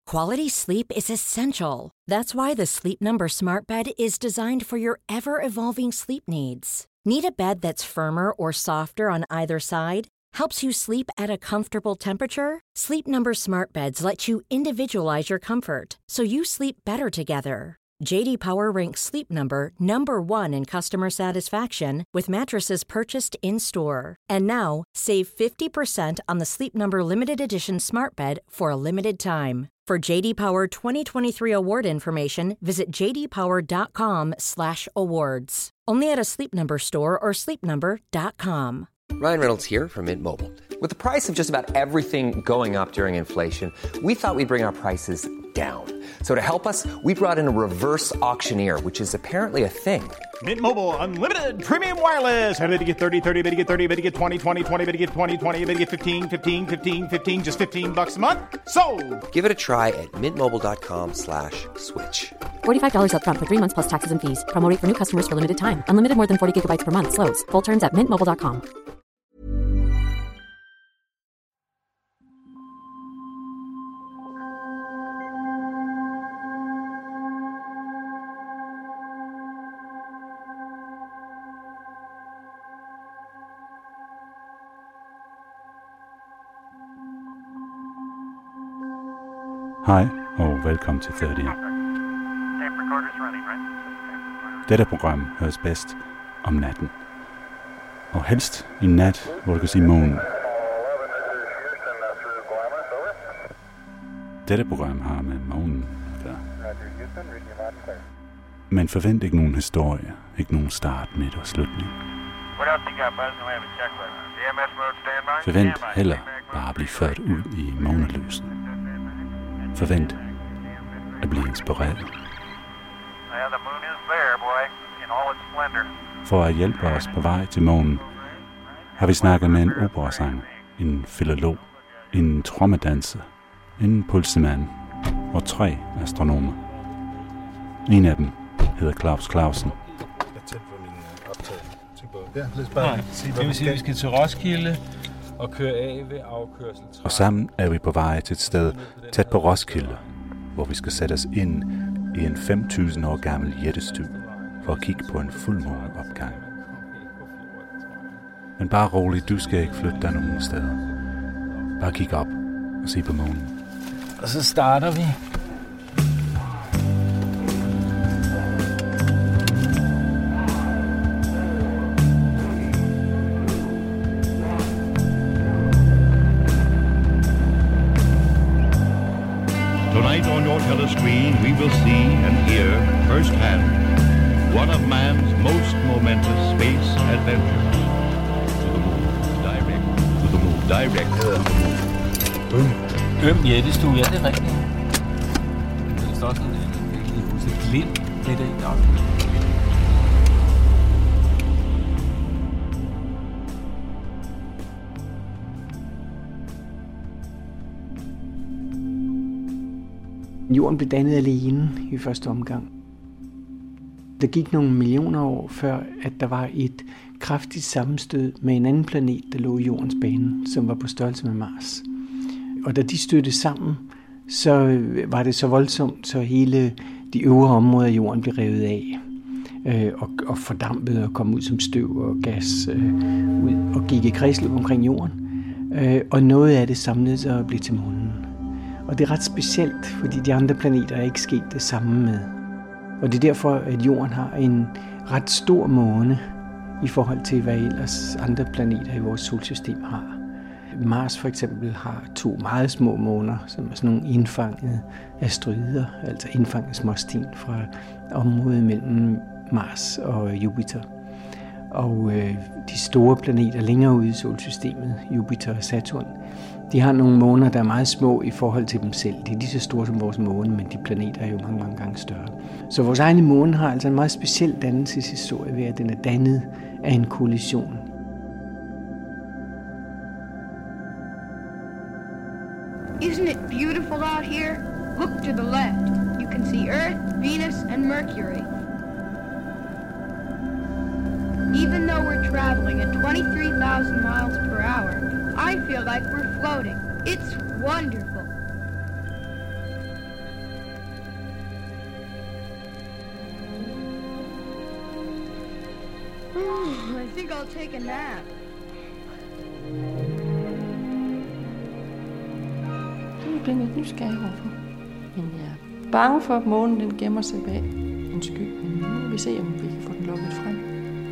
Quality sleep is essential. That's why the Sleep Number Smart Bed is designed for your ever-evolving sleep needs. Need a bed that's firmer or softer on either side? Helps you sleep at a comfortable temperature? Sleep Number Smart Beds let you individualize your comfort, so you sleep better together. J.D. Power ranks Sleep Number number 1 in customer satisfaction with mattresses purchased in-store. And now, save 50% on the Sleep Number Limited Edition Smart Bed for a limited time. For J.D. Power 2023 award information, visit jdpower.com/awards. Only at a Sleep Number store or sleepnumber.com. Ryan Reynolds here from Mint Mobile. With the price of just about everything going up during inflation, we thought we'd bring our prices down. So to help us, we brought in a reverse auctioneer, which is apparently a thing. Mint Mobile Unlimited Premium Wireless. How to get 30, 30, how to get 30, how to get 20, 20, 20, how to get 20, 20, how to get 15, 15, 15, 15, just $15 a month? Sold! Give it a try at mintmobile.com/switch. $45 up front for 3 months plus taxes and fees. Promo rate for new customers for limited time. Unlimited more than 40 gigabytes per month. Slows full terms at mintmobile.com. Hej og velkommen til 30. Dette program høres bedst om natten. Og helst en nat, hvor du kan se månen. Dette program har med månen at gøre. Men forvent ikke nogen historie, ikke nogen start, midt og slutning. Forvent heller bare at blive ført ud i månelysen. Forvent at blive inspireret. For at hjælpe os på vej til månen, har vi snakket med en operasanger, en filolog, en trommedanser, en pulsemand og 3 astronomer. En af dem hedder Claus Clausen. Det vil sige, at vi skal til Roskilde og køre af ved afkørsel. Og sammen er vi på vej til et sted tæt på Roskilde, hvor vi skal sætte os ind i en 5.000 år gammel jættestue for at kigge på en fuldmåneopgang. Men bare rolig, du skal ikke flytte dig nogen steder. Bare kig op og se på månen. Og så starter vi. Tonight on your telescreen, we will see and hear firsthand one of man's most momentous space adventures. To the moon, direct. To the moon, direct. Jættestue, ja, det er rigtigt. Der står sådan en glimt lidt i dag. Jorden blev dannet alene i første omgang. Der gik nogle millioner år før, at der var et kraftigt sammenstød med en anden planet, der lå i jordens bane, som var på størrelse med Mars. Og da de stødte sammen, så var det så voldsomt, så hele de øvre områder af jorden blev revet af og fordampet og kom ud som støv og gas ud og gik i kredsløb omkring jorden. Og noget af det samlede sig og blev til månen. Og det er ret specielt, fordi de andre planeter er ikke sket det samme med. Og det er derfor, at jorden har en ret stor måne i forhold til, hvad ellers andre planeter i vores solsystem har. Mars for eksempel har 2 meget små måner, som er sådan nogle indfangede asteroider, altså indfangede småsten fra området mellem Mars og Jupiter. Og de store planeter længere ude i solsystemet, Jupiter og Saturn, de har nogle måner, der er meget små i forhold til dem selv. De er lige så store som vores måne, men de planeter er jo mange, mange gange større. Så vores egen måne har altså en meget speciel dannelseshistorie ved, at den er dannet af en kollision. Isn't it beautiful out here? Look to the left. You can see Earth, Venus, and Mercury. Even though we're traveling at 23,000 miles per hour, I feel like we're floating. It's wonderful. I think I'll take a nap. Det bliver jeg nysgerrig overfor. Men jeg er bange for, at månen den gemmer sig bag en sky. Men nu vil vi se, om vi kan få den lukket frem.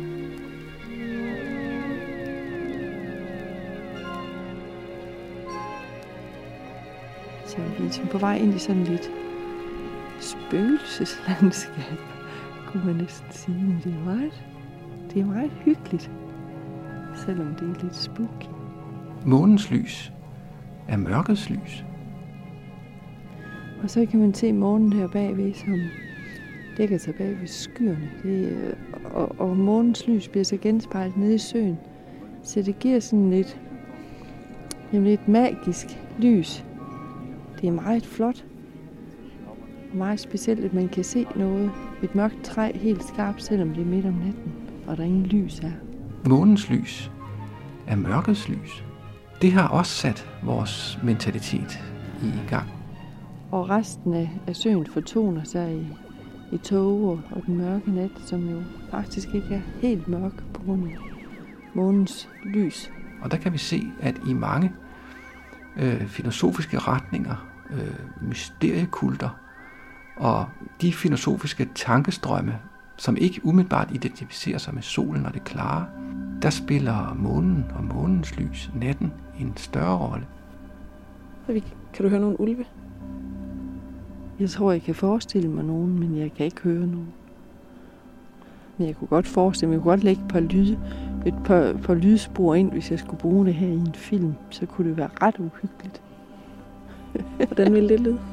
Så vi er på vej ind i sådan lidt spøgelseslandskab, kunne man næsten sige. Men det er meget hyggeligt, selvom det er lidt spooky. Månens lys er mørkets lys. Og så kan man se månen her bagved, som dækker sig bag ved skyerne. Og månens lys bliver så genspejlet nede i søen. Så det giver sådan et magisk lys. Det er meget flot. Meget specielt, at man kan se noget. Et mørkt træ helt skarpt, selvom det er midt om natten, og der ingen lys er. Månens lys er mørkets lys. Det har også sat vores mentalitet i gang. Og resten af søen fortoner sig i tåge og den mørke nat, som jo faktisk ikke er helt mørk på grund af månens lys. Og der kan vi se, at i mange filosofiske retninger, mysteriekulter og de filosofiske tankestrømme, som ikke umiddelbart identificerer sig med solen og det klare, der spiller månen og månens lys, natten, en større rolle. Kan du høre nogle ulve? Jeg tror, jeg kan forestille mig nogen, men jeg kan ikke høre nogen. Men jeg kunne godt forestille mig, jeg kunne godt lægge et par lydspor ind, hvis jeg skulle bruge det her i en film. Så kunne det være ret uhyggeligt. Hvordan ville det lyde?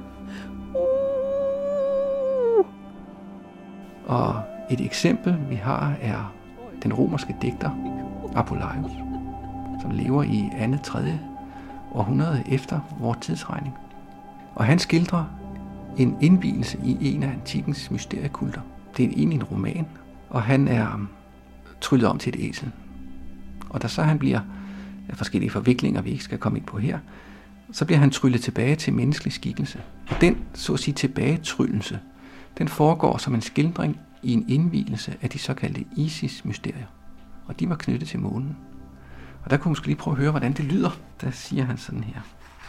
Og et eksempel, vi har, er den romerske digter Apuleius, som lever i 2. 3. århundrede efter vores tidsregning. Og han skildrer en indvielse i en af antikkens mysteriekulter. Det er egentlig en roman, og han er tryllet om til et æsel. Og da så han bliver af forskellige forviklinger, vi ikke skal komme ind på her, så bliver han tryllet tilbage til menneskelig skikkelse. Den, så at sige, tilbagetryllelse, den foregår som en skildring i en indvielse af de såkaldte Isis-mysterier. Og de var knyttet til månen. Og der kunne man måske lige prøve at høre, hvordan det lyder. Der siger han sådan her.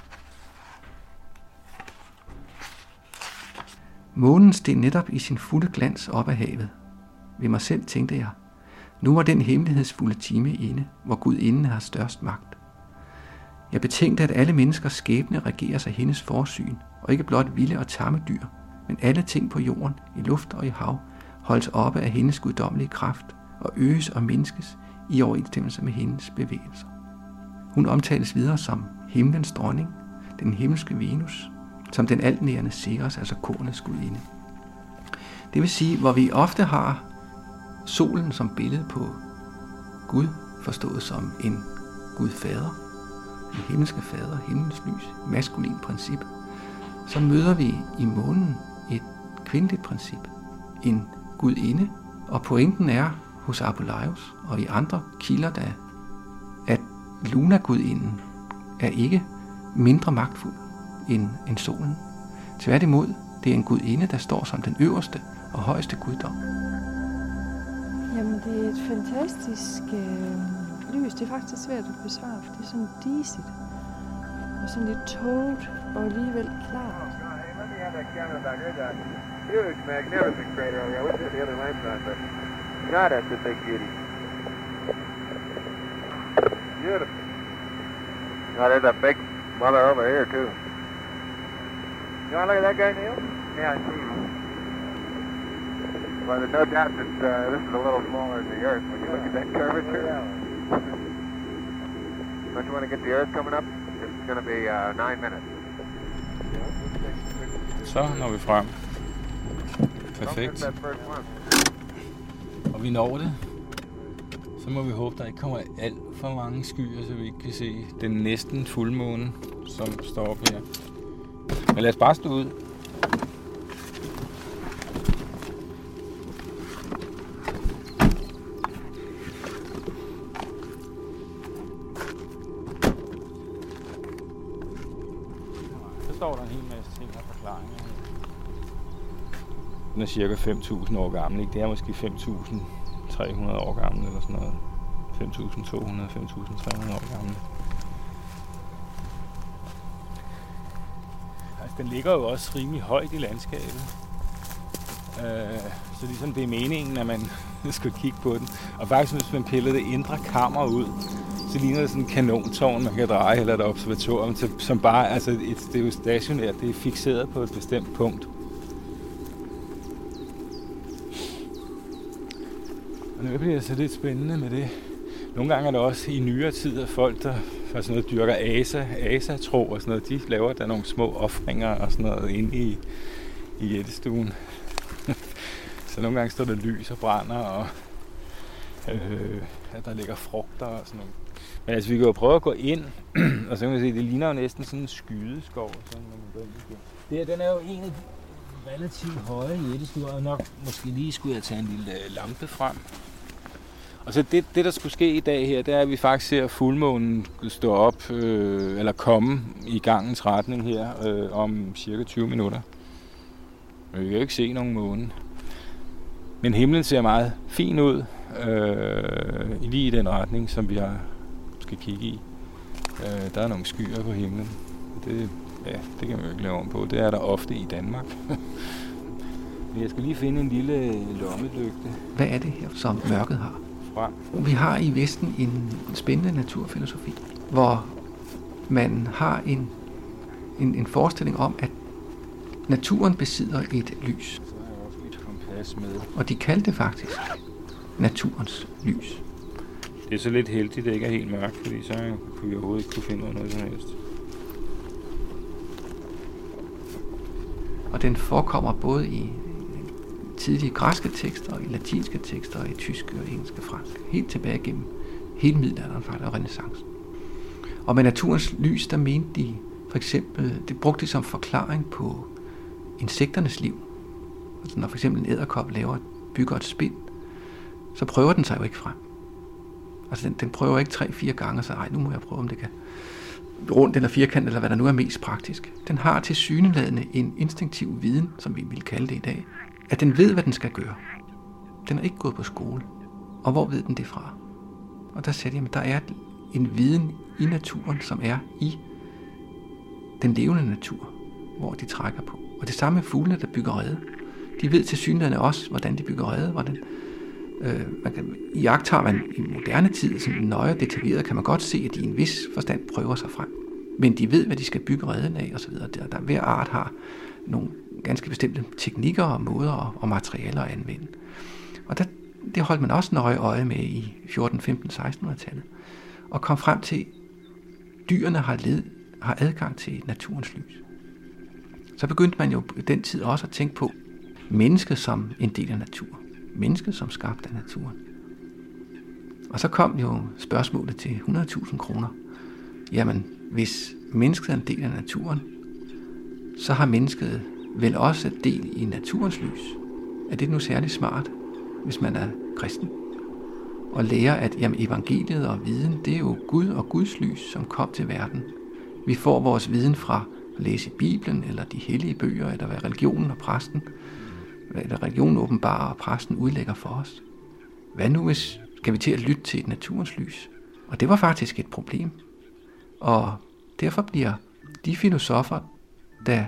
Månen steg netop i sin fulde glans op af havet. Ved mig selv tænkte jeg, nu var den hemmelighedsfulde time inde, hvor Gudinden har størst magt. Jeg betænkte, at alle menneskers skæbne regeres af hendes forsyn, og ikke blot vilde og tamme dyr, men alle ting på jorden, i luft og i hav, holdes oppe af hendes guddommelige kraft og øges og mindskes i overensstemmelse med hendes bevægelser. Hun omtales videre som himlens dronning, den himmelske Venus, som den altnærende Ceres, altså kornets gudinde. Det vil sige, hvor vi ofte har solen som billede på Gud, forstået som en Gud fader, en himmelske fader, himlens lys, maskulin princip, så møder vi i månen et kvindeligt princip, en gudinde, og pointen er hos Apuleius og i andre kilder, at Luna-gudinden er ikke mindre magtfuld end solen. Tværtimod, det er en gudinde, der står som den øverste og højeste guddom. Jamen, det er et fantastisk lys. Det er faktisk svært at besvare, for det er sådan disigt og sådan lidt tåget og alligevel klart. Huge, magnificent crater over here. I wish it had the other limestone, but God, that's a big beauty. Beautiful. Oh, there's a big mother over here, too. You want to look at that guy, Neil? Yeah, I see him. Well, there's no doubt that this is a little smaller than the Earth when you look at that curvature. Don't you want to get the Earth coming up? It's going to be 9 minutes. Så når vi frem. Perfekt. Og vi når det. Så må vi håbe, der ikke kommer alt for mange skyer, så vi ikke kan se den næsten fuldmåne, som står op her. Men lad os bare stå ud. Så står der en hel masse ting og forklaringer. Den er cirka 5.000 år gammel, ikke? Det er måske 5.300 5.300 år gammel, eller sådan noget. 5.200, 5.300 år gammel. Altså, den ligger jo også rimelig højt i landskabet. Så ligesom det er meningen, at man skal kigge på den. Og faktisk, hvis man piller det indre kammer ud, så ligner det sådan en kanontårn, man kan dreje, eller et observatorium, som bare, altså det er jo stationært, det er fikseret på et bestemt punkt. Og nu bliver det så lidt spændende med det. Nogle gange er der også i nyere tid, at folk, der for sådan noget dyrker asa-tro og sådan noget, de laver der nogle små ofringer og sådan noget inde i jættestuen. Så nogle gange står der lys og brænder, og at der ligger frugter og sådan noget. Men altså, vi kan jo prøve at gå ind, og så kan man se, det ligner jo næsten sådan en skydeskov. Sådan, når man går ind igen. Det her, den er jo en af de relativt høje jættestuer, og nok måske lige skulle jeg tage en lille lampe frem. Og så det der skulle ske i dag her, det er, at vi faktisk ser fuldmånen stå op, eller komme i gangens retning her om cirka 20 minutter. Men vi kan jo ikke se nogen måne. Men himlen ser meget fin ud, lige i den retning, som vi skal kigge i. Der er nogle skyer på himlen. Det kan man jo ikke lave om på. Det er der ofte i Danmark. Men jeg skal lige finde en lille lommelygte. Hvad er det her, som mørket har? Fra. Vi har i Vesten en spændende naturfilosofi, hvor man har en forestilling om, at naturen besidder et lys. Så har jeg også et kompas med. Og de kaldte det faktisk naturens lys. Det er så lidt heldigt, at det ikke er helt mørkt, fordi så kunne vi overhovedet ikke kunne finde noget som helst. Og den forekommer både i tidlige græske tekster, og i latinske tekster, og i tyske, og engelsk og fransk. Helt tilbage gennem hele middelalderen faktisk, og renæssancen. Og med naturens lys, der mente de for eksempel, det brugte de som forklaring på insekternes liv. Altså når for eksempel en edderkop bygger et spind, så prøver den sig jo ikke frem. Altså den prøver ikke 3-4 gange, og så nu må jeg prøve, om det kan rundt eller firkant, eller hvad der nu er mest praktisk. Den har tilsyneladende en instinktiv viden, som vi vil kalde det i dag, at den ved, hvad den skal gøre. Den er ikke gået på skole. Og hvor ved den det fra? Og der sagde de, at der er en viden i naturen, som er i den levende natur, hvor de trækker på. Og det samme med fuglene, der bygger rede. De ved tilsyneladende også, hvordan de bygger rede, hvordan i jagttager man i moderne tid, sådan nøje og detaljeret, kan man godt se, at de i en vis forstand prøver sig frem. Men de ved, hvad de skal bygge reden af osv. Der hver art har nogle ganske bestemte teknikker og måder og materialer at anvende. Og det holdt man også nøje øje med i 14, 15, 1600-tallet. Og kom frem til, at dyrene har adgang til naturens lys. Så begyndte man jo i den tid også at tænke på mennesket som en del af naturen. Mennesket som skabt af naturen. Og så kom jo spørgsmålet til 100.000 kroner. Jamen, hvis mennesket er en del af naturen, så har mennesket vel også et del i naturens lys. Er det nu særlig smart, hvis man er kristen? Og lærer, at jamen, evangeliet og viden, det er jo Gud og Guds lys, som kom til verden. Vi får vores viden fra at læse Bibelen, eller de hellige bøger, eller hvad religionen og præsten, eller religionen åbenbarer og præsten udlægger for os. Hvad nu, hvis skal vi til at lytte til et naturens lys? Og det var faktisk et problem. Og derfor bliver de filosofer, der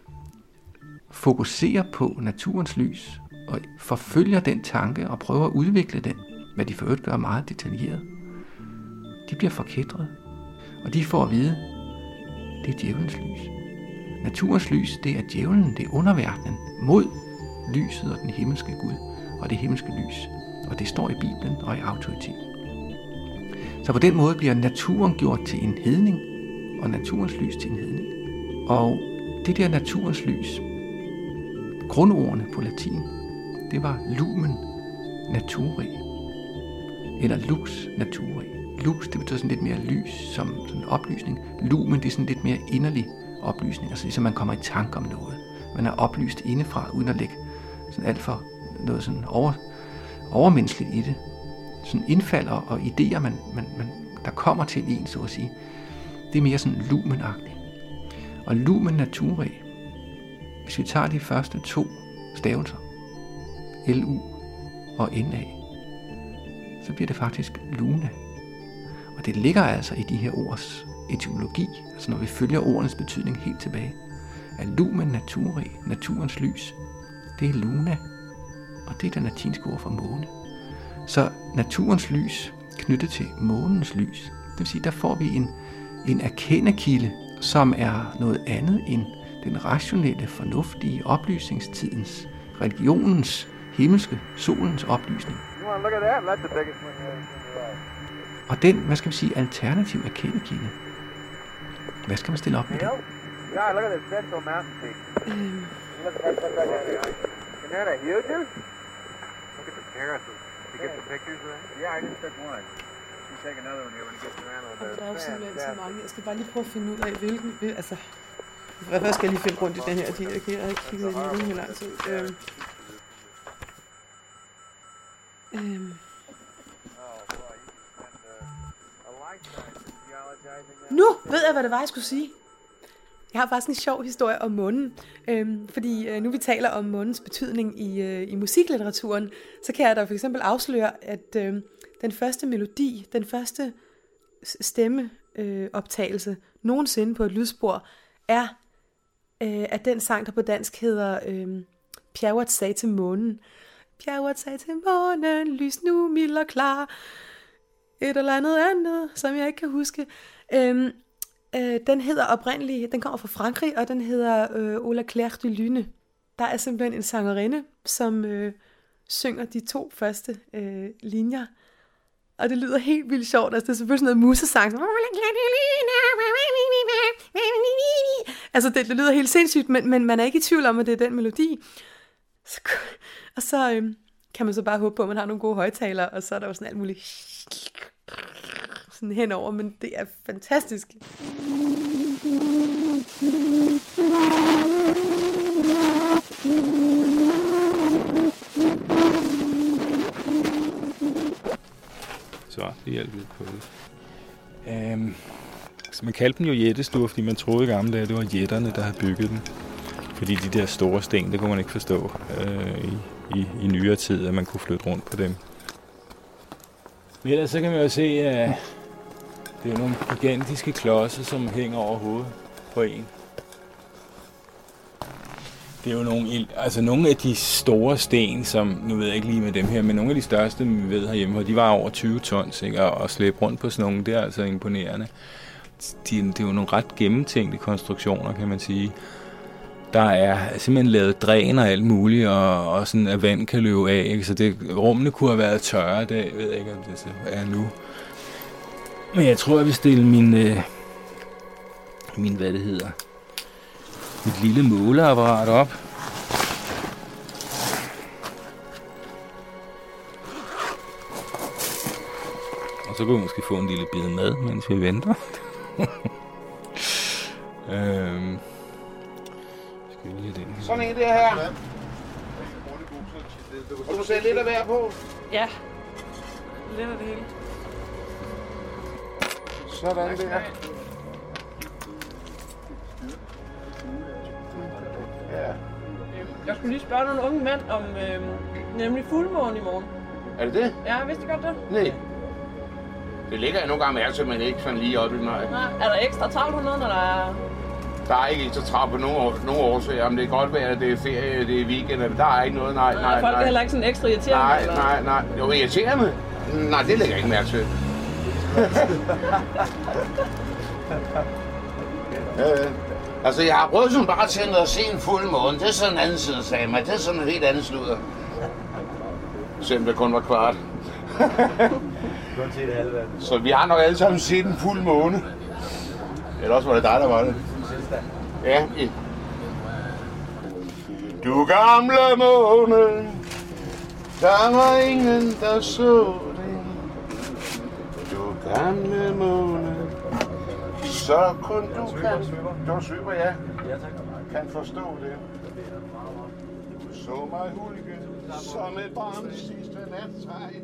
fokuserer på naturens lys, og forfølger den tanke og prøver at udvikle den, hvad de for øvrigt gør meget detaljeret, de bliver forkætret. Og de får at vide, det er djævelens lys. Naturens lys, det er djævlen, det er underverdenen mod lyset og den himmelske Gud og det himmelske lys. Og det står i Bibelen og i autoritet. Så på den måde bliver naturen gjort til en hedning, og naturens lys til en hedning. Og det der naturens lys, grundordene på latin, det var lumen naturae, eller lux naturae. Lux, det betyder sådan lidt mere lys, som sådan en oplysning. Lumen, det er sådan lidt mere inderlig oplysning, altså ligesom man kommer i tanke om noget. Man er oplyst indefra, uden at lægge sådan alt for noget sådan overmenneskeligt i det. Sådan indfald og idéer, der kommer til en, så at sige. Det er mere sådan lumenagtigt. Og lumen naturae, hvis vi tager de første 2 stavelser, L-U og N-A, så bliver det faktisk luna. Og det ligger altså i de her ords etymologi, altså når vi følger ordenes betydning helt tilbage. At lumen naturae, naturens lys, det er luna, og det er det latinske ord for måne. Så naturens lys knyttet til månens lys, det vil sige, der får vi en erkendekilde, som er noget andet end den rationelle, fornuftige oplysningstidens, religionens, himmelske, solens oplysning. Og den, hvad skal vi sige, alternativ erkendekilde, hvad skal man stille op med det? Yeah, look at this central mountain peak. Look at that. Isn't that a huge? Look at the terraces. Did you get the pictures of that? Yeah, I just took one. You take another one here when it gets around a little bit. Der er jo simpelthen så mange. Jeg skal bare lige prøve at finde ud af, hvilken... Altså, først skal jeg lige finde rundt i den her. Jeg har ikke kigget i den rimelig lang tid. Nu ved jeg, hvad det var, jeg skulle sige. Jeg har faktisk en sjov historie om månen, fordi nu vi taler om månens betydning i musiklitteraturen, så kan jeg da for eksempel afsløre, at den første melodi, den første stemmeoptagelse nogensinde på et lydspor, er at den sang, der på dansk hedder Pjerrot sagde til månen. Pjerrot sagde til månen, lys nu mild og klar. Et eller andet, som jeg ikke kan huske. Den hedder oprindeligt, den kommer fra Frankrig, og den hedder Ola Claire de Lune. Der er simpelthen en sangerinde, som synger de 2 første linjer. Og det lyder helt vildt sjovt. Altså, det er selvfølgelig sådan noget musesang. Altså, det lyder helt sindssygt, men man er ikke i tvivl om, at det er den melodi. Og så kan man så bare håbe på, at man har nogle gode højtalere, og så er der jo sådan alt muligt sådan henover, men det er fantastisk. Så, det hjælper lidt på det. Så man kaldte dem jo jættestuer, fordi man troede i gamle dage, det var jætterne, der havde bygget dem. Fordi de der store sten, det kunne man ikke forstå i nyere tid, at man kunne flytte rundt på dem. Men ellers så kan man jo se, at det er nogle gigantiske klodser, som hænger over hovedet på en. Det er jo nogle af de store sten, som, nu ved jeg ikke lige med dem her, men nogle af de største, vi ved herhjemme, og de var over 20 tons, ikke? Og slæbe rundt på sådan nogle, det er altså imponerende. Det er jo nogle ret gennemtænkte konstruktioner, kan man sige. Der er simpelthen lavet dræn og alt muligt, og sådan, at vand kan løbe af, ikke? Så rummene kunne have været tørre, det ved jeg ikke, om det så er nu. Men jeg tror, jeg vil stille min hvad det hedder, mit lille måleapparat op. Og så kan vi måske få en lille bid mad, mens vi venter. Sådan en der her. Og du ser lidt af hver på? Ja, lidt af det hele. Sådan der. Ja. Jeg skulle lige spørge nogle unge mænd om nemlig fuldmåne i morgen. Er det det? Ja, vidste du godt det? Nej. Det ligger jeg nogle gange mærke til, men ikke sådan lige op i mig. Nej, er der ekstra travlt hernede, når der er... Der er ikke ekstra travlt på nogle årsager. Om det kan godt være, at det er ferie, det er weekend, men der er ikke noget, nej. Folk er heller ikke sådan ekstra irriterende? Nej. Jo, irriterende? Nej, det lægger jeg ikke mærke til. Altså, jeg har prøvet sådan bare til at se en fuld måne. Det er sådan en anden side, sagde mig. Det er sådan en helt anden sludder. Selvom det kun var kvart. Så vi har nok alle sammen set en fuld måne. Eller også var det dig, der var det. Ja. Du gamle måne, der var ingen, der så det. Du gamle måne, så kun du kan... Du svøber, ja. Kan forstå det. Du så mig hulke, som et barn sidste nattej.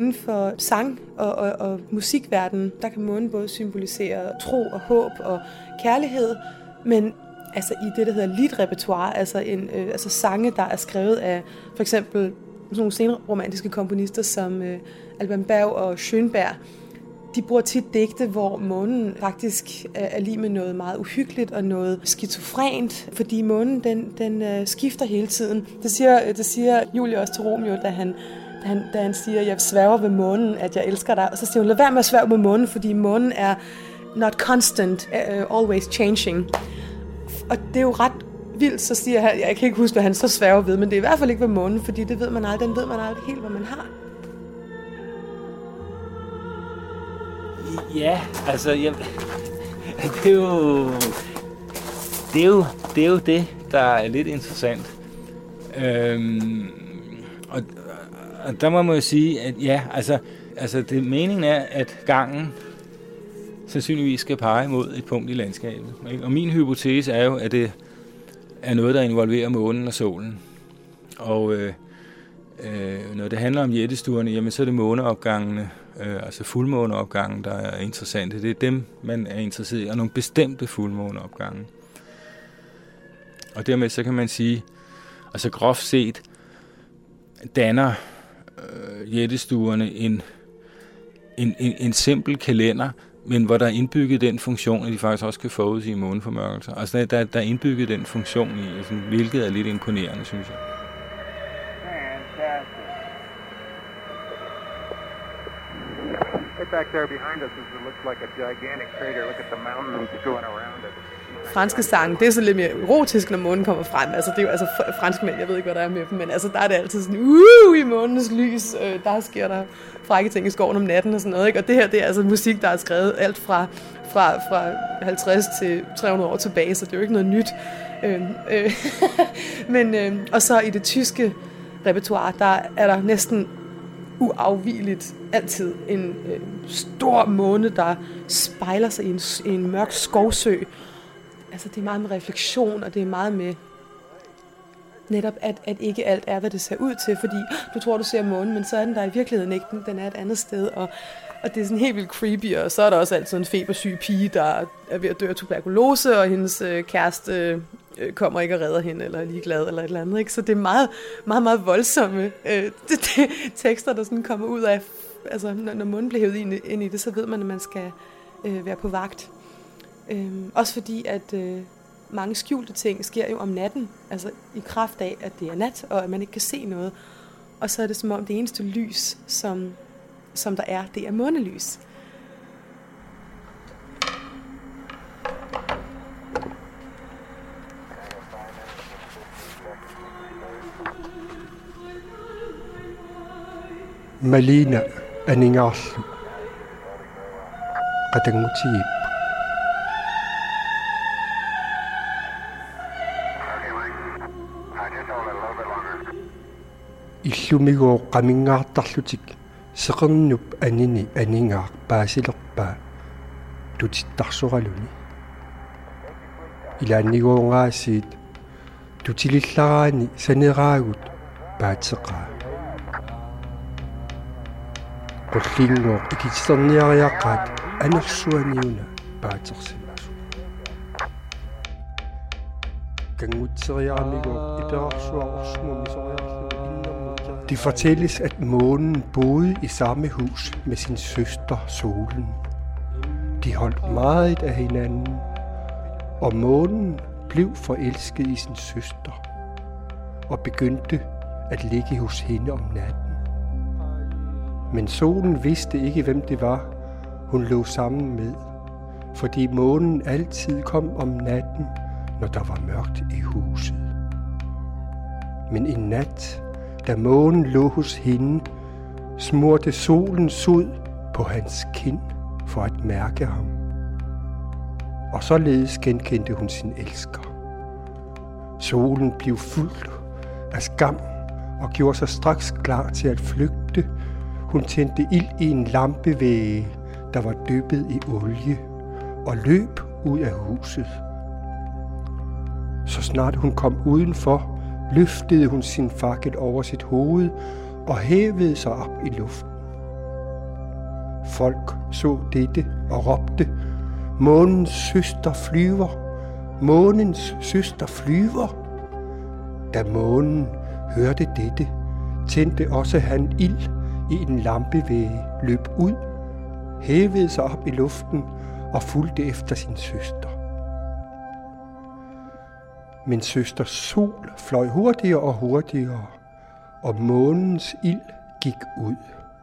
Inden for sang- og musikverdenen, der kan månen både symbolisere tro og håb og kærlighed, men altså i det, der hedder liedrepertoire, altså sange, der er skrevet af for eksempel sådan nogle senromantiske komponister som Alban Berg og Schönberg. De bruger tit digte, hvor månen faktisk er lige med noget meget uhyggeligt og noget skizofrent, fordi månen den skifter hele tiden. Det siger Julie også til Romeo, da han siger, jeg sværger ved månen, at jeg elsker dig. Og så siger hun, lad være med at sværge ved månen, fordi månen er not constant, always changing. Og det er jo ret vildt, så siger han, jeg kan ikke huske, hvad han så sværger ved, men det er i hvert fald ikke ved månen, fordi det ved man aldrig, den ved man aldrig helt, hvad man har. Ja, altså, det er jo det, der er lidt interessant. Og der må man jo sige, at ja, altså det meningen er, at gangen sandsynligvis skal pege mod et punkt i landskabet. Ikke? Og min hypotese er jo, at det er noget, der involverer månen og solen. Og når det handler om jættestuerne, jamen så er det måneopgangene, altså fuldmåneopgangen, der er interessante. Det er dem, man er interesseret i, og nogle bestemte fuldmåneopgange. Og dermed så kan man sige, altså groft set, danner jættestuerne en simpel kalender, men hvor der er indbygget den funktion, at de faktisk også kan forudsige måneformørkelser. Altså der er indbygget den funktion i, altså, hvilket er lidt imponerende, synes jeg. Back there behind us, it looks like a gigantic crater. Look at the mountains going around it. Franske sange, det er så lidt mere erotisk, når månen kommer frem. Altså, det er jo altså franskmænd, jeg ved ikke, hvad der er med dem, men altså, der er det altid sådan, i månens lys, der sker der frække ting i skoven om natten og sådan noget, ikke? Og det her, det er altså musik, der er skrevet alt fra 50 til 300 år tilbage, så det er jo ikke noget nyt. Og så i det tyske repertoire, der er der næsten uafvigeligt altid en stor måne, der spejler sig i en mørk skovsø. Altså det er meget med refleksion, og det er meget med netop, at ikke alt er, hvad det ser ud til, fordi du tror, du ser månen, men så er den der i virkeligheden ikke, den er et andet sted, og det er sådan helt vildt creepy, og så er der også altid en febersyg pige, der er ved at dø af tuberkulose, og hendes kæreste kommer ikke og redder hende, eller er ligeglad, eller et eller andet, ikke? Så det er meget, meget, meget voldsomme tekster, der sådan kommer ud af, altså når månen bliver hævet ind i det, så ved man, at man skal være på vagt. Også fordi, at mange skjulte ting sker jo om natten, altså i kraft af, at det er nat, og at man ikke kan se noget. Og så er det som om det eneste lys, som der er, det er månelys. Malina Aningarsu Qatangutiip Illumigoo qamingaartarlutik seqernup anini aningaaq paasilerpaa tutittarsuraluni ilaanniguungaasiit tutilillaraani saneraagut paatseqaa qullinguo ikitserniariaqqaat anersuaniuna paatersimasu kangutseriaramiguo iperarsuarorsumumisoriarlu. Det fortælles, at månen boede i samme hus med sin søster solen. De holdt meget af hinanden, og månen blev forelsket i sin søster og begyndte at ligge hos hende om natten. Men solen vidste ikke, hvem det var, hun lå sammen med, fordi månen altid kom om natten, når der var mørkt i huset. Men en nat, da månen lå hos hende, smurte solen sod på hans kind for at mærke ham. Og således genkendte hun sin elsker. Solen blev fuld af skam og gjorde sig straks klar til at flygte. Hun tændte ild i en lampevæge, der var dyppet i olie, og løb ud af huset. Så snart hun kom udenfor, løftede hun sin fakkel over sit hoved og hævede sig op i luften. Folk så dette og råbte, månens søster flyver, månens søster flyver. Da månen hørte dette, tændte også han ild i en lampevæge, løb ud, hævede sig op i luften og fulgte efter sin søster. Men søster sol fløj hurtigere og hurtigere, og månens ild gik ud.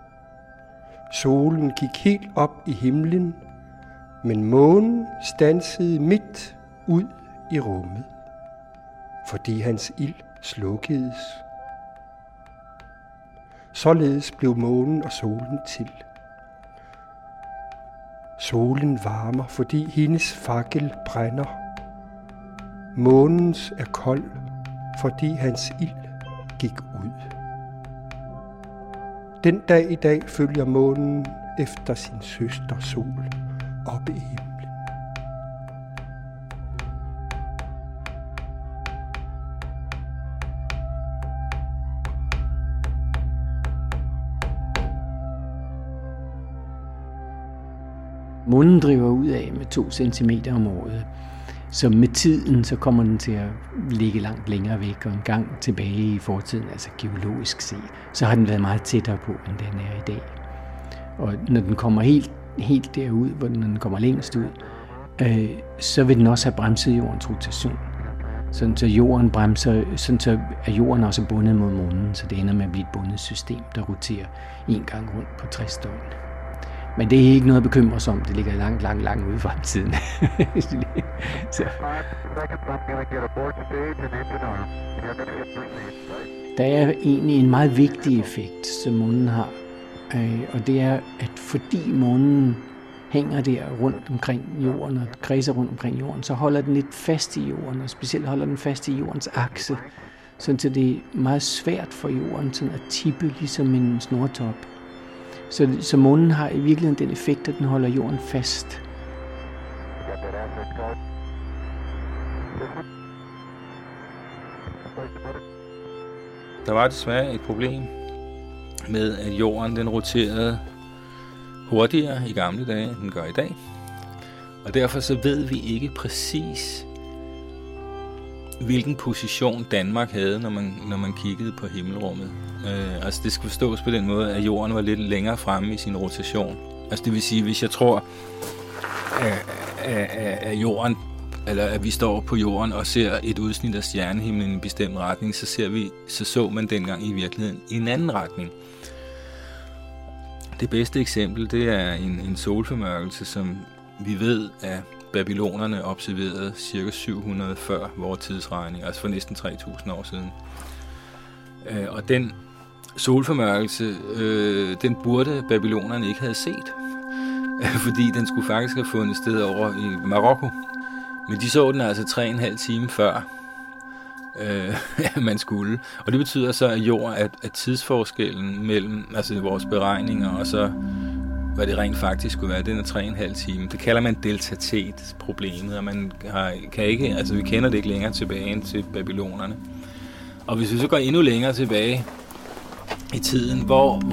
Solen gik helt op i himlen, men månen standsede midt ud i rummet, fordi hans ild slukkedes. Således blev månen og solen til. Solen varmer, fordi hendes fakkel brænder. Månens er kold, fordi hans ild gik ud. Den dag i dag følger månen efter sin søster sol oppe i himlen. Månen driver ud af med 2 centimeter om året. Så med tiden, så kommer den til at ligge langt længere væk, og en gang tilbage i fortiden, altså geologisk set, så har den været meget tættere på, end den er i dag. Og når den kommer helt derud, hvor den kommer længst ud, så vil den også have bremset jordens rotation. Sådan så jorden bremser, sådan så er jorden også bundet mod månen, så det ender med at blive et bundet system, der roterer en gang rundt på 60 døgn. Men det er ikke noget at bekymre os om. Det ligger langt ude i fremtiden. Så. Der er egentlig en meget vigtig effekt, som månen har. Og det er, at fordi månen hænger der rundt omkring jorden og kredser rundt omkring jorden, så holder den lidt fast i jorden, og specielt holder den fast i jordens akse, så det er meget svært for jorden sådan at tippe ligesom en snortop. Så månen har i virkeligheden den effekt, at den holder jorden fast. Der var desværre et problem med, at jorden den roterede hurtigere i gamle dage, end den gør i dag. Og derfor så ved vi ikke præcis, hvilken position Danmark havde, når man kiggede på himmelrummet. Altså det skal forstås på den måde, at jorden var lidt længere fremme i sin rotation. Altså det vil sige, hvis jeg tror, at jorden, eller at vi står på jorden og ser et udsnit af stjernehimlen i en bestemt retning, så man dengang i virkeligheden i en anden retning. Det bedste eksempel, det er en solformørkelse, som vi ved, at babylonerne observerede ca. 700 før vores tidsregning, altså for næsten 3.000 år siden. Og den solformørkelse, den burde babylonerne ikke have set, fordi den skulle faktisk have fundet sted over i Marokko. Men de så den altså 3,5 time før man skulle. Og det betyder så, at tidsforskellen mellem altså vores beregninger og så hvad det rent faktisk skulle være, den er 3,5 time. Det kalder man delta-tet-problemet, og man kan ikke, altså vi kender det ikke længere tilbage end til babylonerne. Og hvis vi så går endnu længere tilbage i tiden,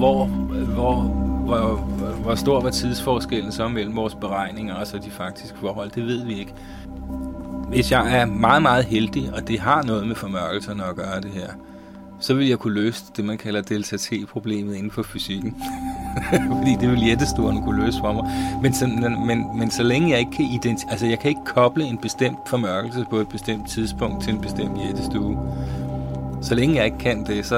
hvor stor var tidsforskellen så mellem vores beregninger og så de faktiske forhold, det ved vi ikke. Hvis jeg er meget, meget heldig, og det har noget med formørkelserne at gøre det her, så vil jeg kunne løse det, man kalder delta-t-problemet inden for fysikken. Fordi det vil jættestuerne kunne løse for mig. Men så længe jeg ikke kan jeg kan ikke koble en bestemt formørkelse på et bestemt tidspunkt til en bestemt jættestue. Så længe jeg ikke kan det,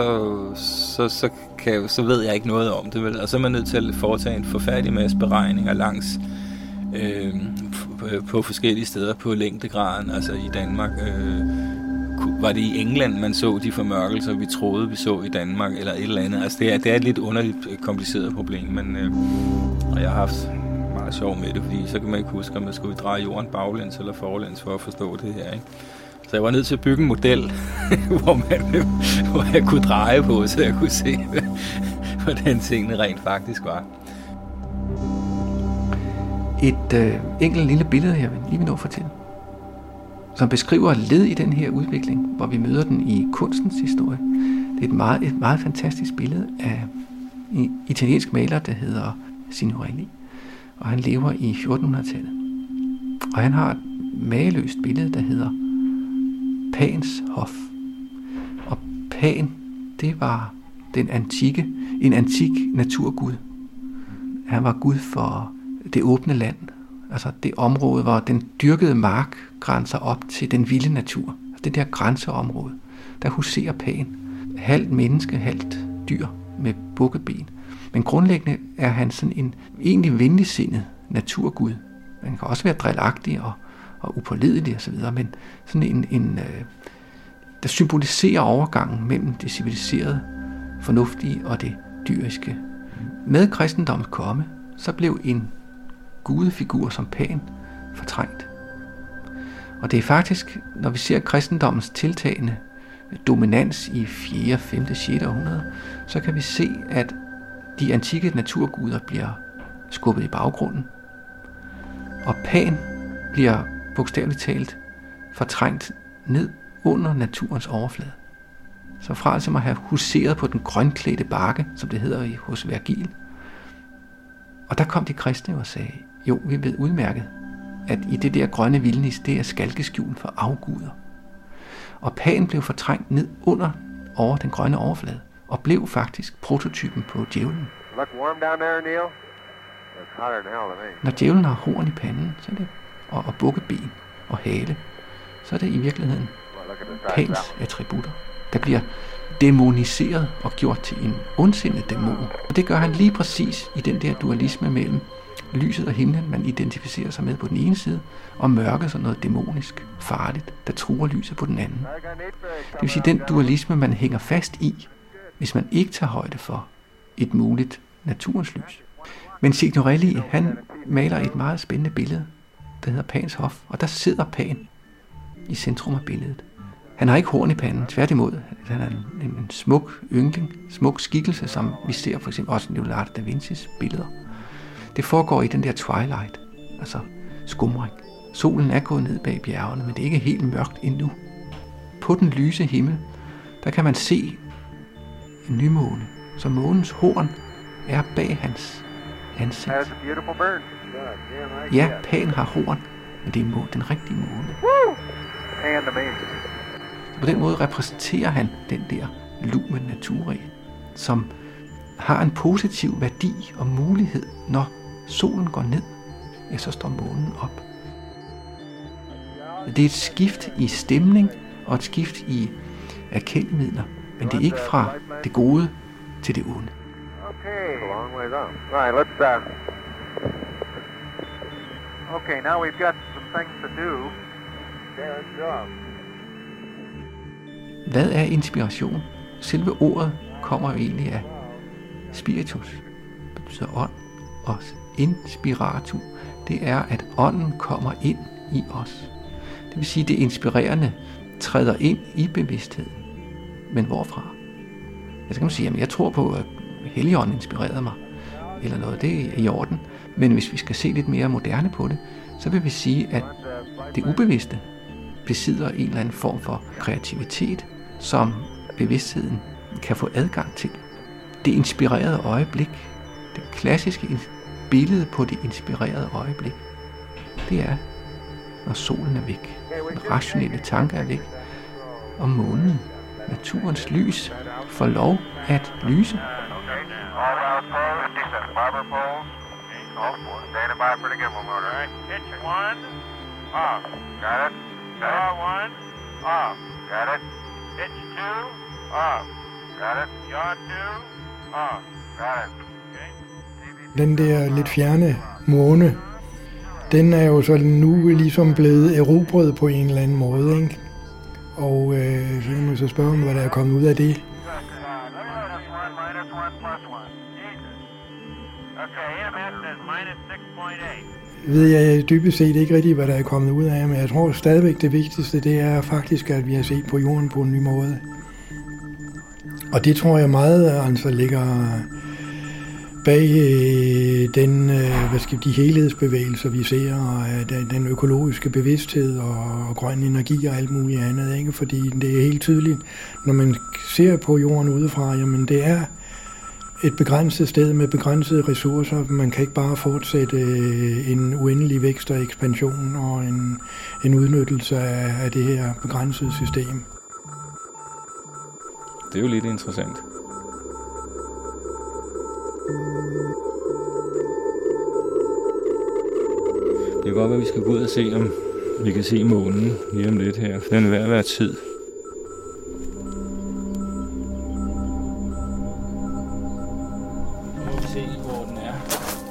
så ved jeg ikke noget om det. Vel? Og så er man nødt til at foretage en forfærdelig masse beregninger langs på forskellige steder på længdegraden. Altså i Danmark var det i England, man så de formørkelser, vi troede, vi så i Danmark, eller et eller andet. Altså det er et lidt underligt kompliceret problem, men og jeg har haft meget sjov med det, fordi så kan man ikke huske, om man skulle dreje jorden baglæns eller forlæns for at forstå det her, ikke? Så jeg var nødt til at bygge en model, hvor jeg kunne dreje på, så jeg kunne se, hvordan tingene rent faktisk var. Et enkelt lille billede, jeg lige vil nå at fortælle, som beskriver et led i den her udvikling, hvor vi møder den i kunstens historie. Det er et meget fantastisk billede af en italiensk maler, der hedder Signorelli, og han lever i 1400-tallet. Og han har et mageløst billede, der hedder Pans Hof. Og Pan, det var en antik naturgud. Han var gud for det åbne land, altså det område, hvor den dyrkede mark grænser op til den vilde natur. Altså det der grænseområde, der huserer Pan. Halvt menneske, halvt dyr med bukkeben. Men grundlæggende er han sådan en egentlig venligsindet naturgud. Han kan også være drillagtig og upålidelig osv., men sådan en der symboliserer overgangen mellem det civiliserede, fornuftige og det dyriske. Med kristendommens komme, så blev en gudefigur som Pan fortrængt. Og det er faktisk, når vi ser kristendommens tiltagende dominans i 4., 5., 6. århundrede, så kan vi se, at de antikke naturguder bliver skubbet i baggrunden. Og Pan bliver bogstaveligt talt fortrængt ned under naturens overflade. Så fra altså at have huseret på den grønklædte bakke, som det hedder hos Vergil. Og der kom de kristne og sagde, jo, vi ved udmærket, at i det der grønne vildnis, det er skalkeskjul for afguder. Og Pan blev fortrængt ned under over den grønne overflade, og blev faktisk prototypen på djævlen. Når djævlen har horn i panden, så er det, og bukkeben og hale, så er det i virkeligheden Pans attributter, der bliver dæmoniseret og gjort til en ondsindet dæmon. Og det gør han lige præcis i den der dualisme mellem lyset og himlen, man identificerer sig med på den ene side, og mørket som noget dæmonisk, farligt, der truer lyset på den anden. Det vil sige den dualisme, man hænger fast i, hvis man ikke tager højde for et muligt naturens lys. Men Signorelli, han maler et meget spændende billede, der hedder Pans Hof, og der sidder Pan i centrum af billedet. Han har ikke horn i panden, tværtimod. Han er en smuk yngling, smuk skikkelse, som vi ser for eksempel også i Leonardo da Vincis billeder. Det foregår i den der twilight, altså skumring. Solen er gået ned bag bjergene, men det er ikke helt mørkt endnu. På den lyse himmel, der kan man se en nymåne, så månens horn er bag hans ansigt. Ja, Pan har horn, men det er den rigtige måne. På den måde repræsenterer han den der lumen natura, som har en positiv værdi og mulighed, når solen går ned, ja, så står månen op. Det er et skift i stemning og et skift i erkendemidler, men det er ikke fra det gode til det onde. Okay, now we've got some things to do. Hvad er inspiration? Selve ordet kommer jo egentlig af spiritus. Det betyder ånd. Og inspiratum, det er, at ånden kommer ind i os. Det vil sige, at det inspirerende træder ind i bevidstheden. Men hvorfra? Jeg skal sige, at jeg tror på, at Helligånden inspirerede mig, eller noget, det er i orden. Men hvis vi skal se lidt mere moderne på det, så vil vi sige, at det ubevidste besidder en eller anden form for kreativitet, som bevidstheden kan få adgang til. Det inspirerede øjeblik, det klassiske billede på det inspirerede øjeblik, det er, når solen er væk, den rationelle tanke er væk, og månen, naturens lys, får lov at lyse. Den der lidt fjerne måne, den er jo så nu ligesom blevet erobret på en eller anden måde, ikke? Og så kan man så spørge om, hvad der er kommet ud af det. Ved jeg dybest set ikke rigtigt, hvad der er kommet ud af, men jeg tror stadigvæk det vigtigste, det er faktisk, at vi har set på jorden på en ny måde. Og det tror jeg meget altså ligger bag de helhedsbevægelser, vi ser, og den økologiske bevidsthed og grøn energi og alt muligt andet, ikke? Fordi det er helt tydeligt, når man ser på jorden udefra, jamen det er et begrænset sted med begrænsede ressourcer. Man kan ikke bare fortsætte en uendelig vækst og ekspansion og en udnyttelse af det her begrænsede system. Det er jo lidt interessant. Det kan godt være, at vi skal gå ud og se, om vi kan se månen lige om lidt her. Den er ved at være tid. Nu må vi se, hvor den er.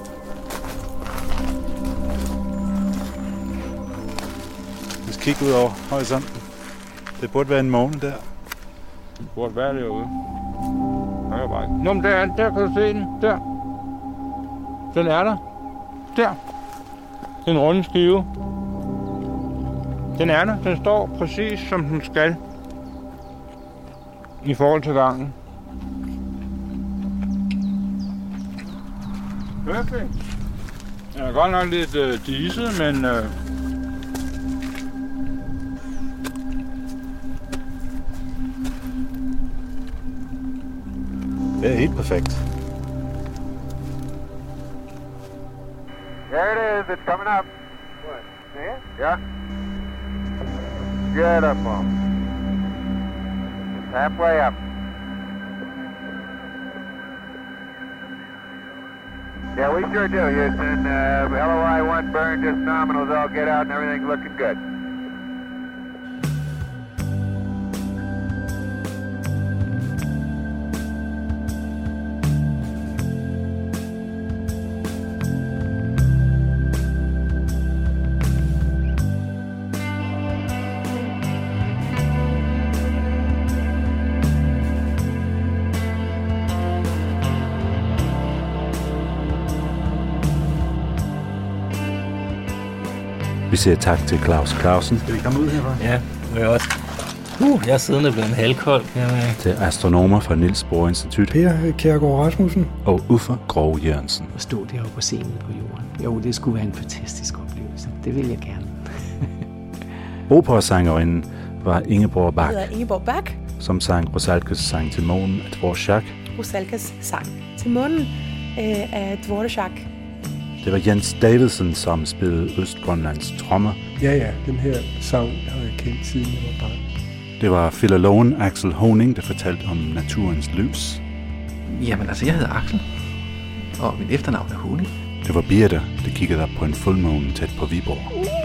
Lad os kigge ud over horisonten. Det burde være en måne der. Det burde være derude. Nå, men der kan du se den. Der. Den er der. Der. Den runde skive. Den er der. Den står præcis som den skal. I forhold til gangen. Perfekt. Den er godt nok lidt diset, men... Det er helt perfekt. There it is. It's coming up. What? Yeah? Yeah. Beautiful. It's halfway up. Yeah, we sure do, Houston. LOI-1 burn just nominal as all get out and everything's looking good. Vi siger tak til Claus Clausen. Skal vi komme ud herfra? Ja, det er også. Jeg er siddende blevet halvkold. Til astronomer fra Niels Bohr Institut. Per Kjærgaard Rasmussen. Og Uffe Grove Jørgensen. At stå deroppe på scenen på jorden. Jo, det skulle være en fantastisk oplevelse. Det vil jeg gerne. Operasangerinden var Ingeborg Bach. Jeg hedder Ingeborg Bach. Som sang Rusalkas sang til månen af Dvorak. Rusalkas sang til månen af Dvorak. Det var Jens Davidsen, som spillede Østgrønlands trommer. Ja, den her sang har jeg kendt siden jeg var barn. Det var filologen Axel Honing, der fortalte om naturens lys. Jamen altså, jeg hedder Axel, og mit efternavn er Honing. Det var Birte, der kiggede op på en fuldmåne tæt på Viborg.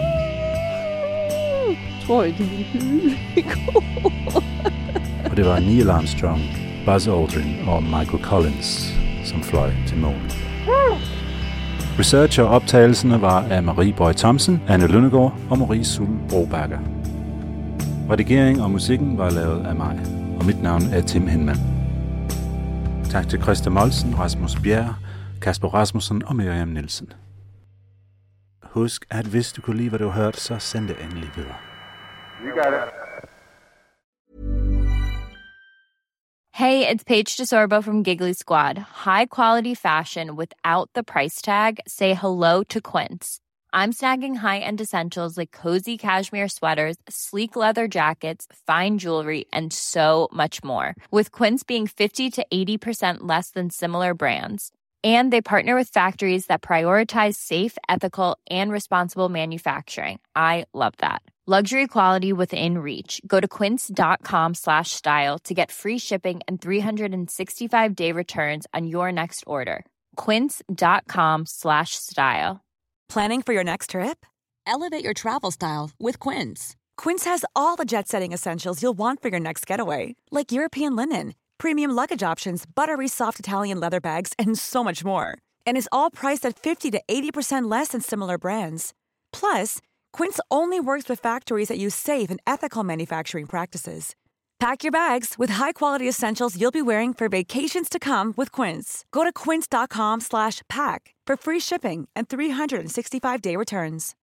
Tror jeg, det vil Og det var Neil Armstrong, Buzz Aldrin og Michael Collins, som fløj til månen. Research og optagelserne var af Marie Boy Thomsen, Anne Lundegård og Marie Sul Brobakker. Redigering og musikken var lavet af mig, og mit navn er Tim Hinman. Tak til Christa Molsen, Rasmus Bjerg, Kasper Rasmussen og Miriam Nielsen. Husk, at hvis du kunne lide, hvad du hørte, så send det endelig videre. You got it. Hey, it's Paige DeSorbo from Giggly Squad. High quality fashion without the price tag. Say hello to Quince. I'm snagging high-end essentials like cozy cashmere sweaters, sleek leather jackets, fine jewelry, and so much more. With Quince being 50 to 80% less than similar brands. And they partner with factories that prioritize safe, ethical, and responsible manufacturing. I love that. Luxury quality within reach. Go to quince.com/style to get free shipping and 365-day returns on your next order. Quince.com/style. Planning for your next trip? Elevate your travel style with Quince. Quince has all the jet-setting essentials you'll want for your next getaway, like European linen, premium luggage options, buttery soft Italian leather bags, and so much more. And is all priced at 50 to 80% less than similar brands. Plus, Quince only works with factories that use safe and ethical manufacturing practices. Pack your bags with high-quality essentials you'll be wearing for vacations to come with Quince. Go to quince.com/pack for free shipping and 365-day returns.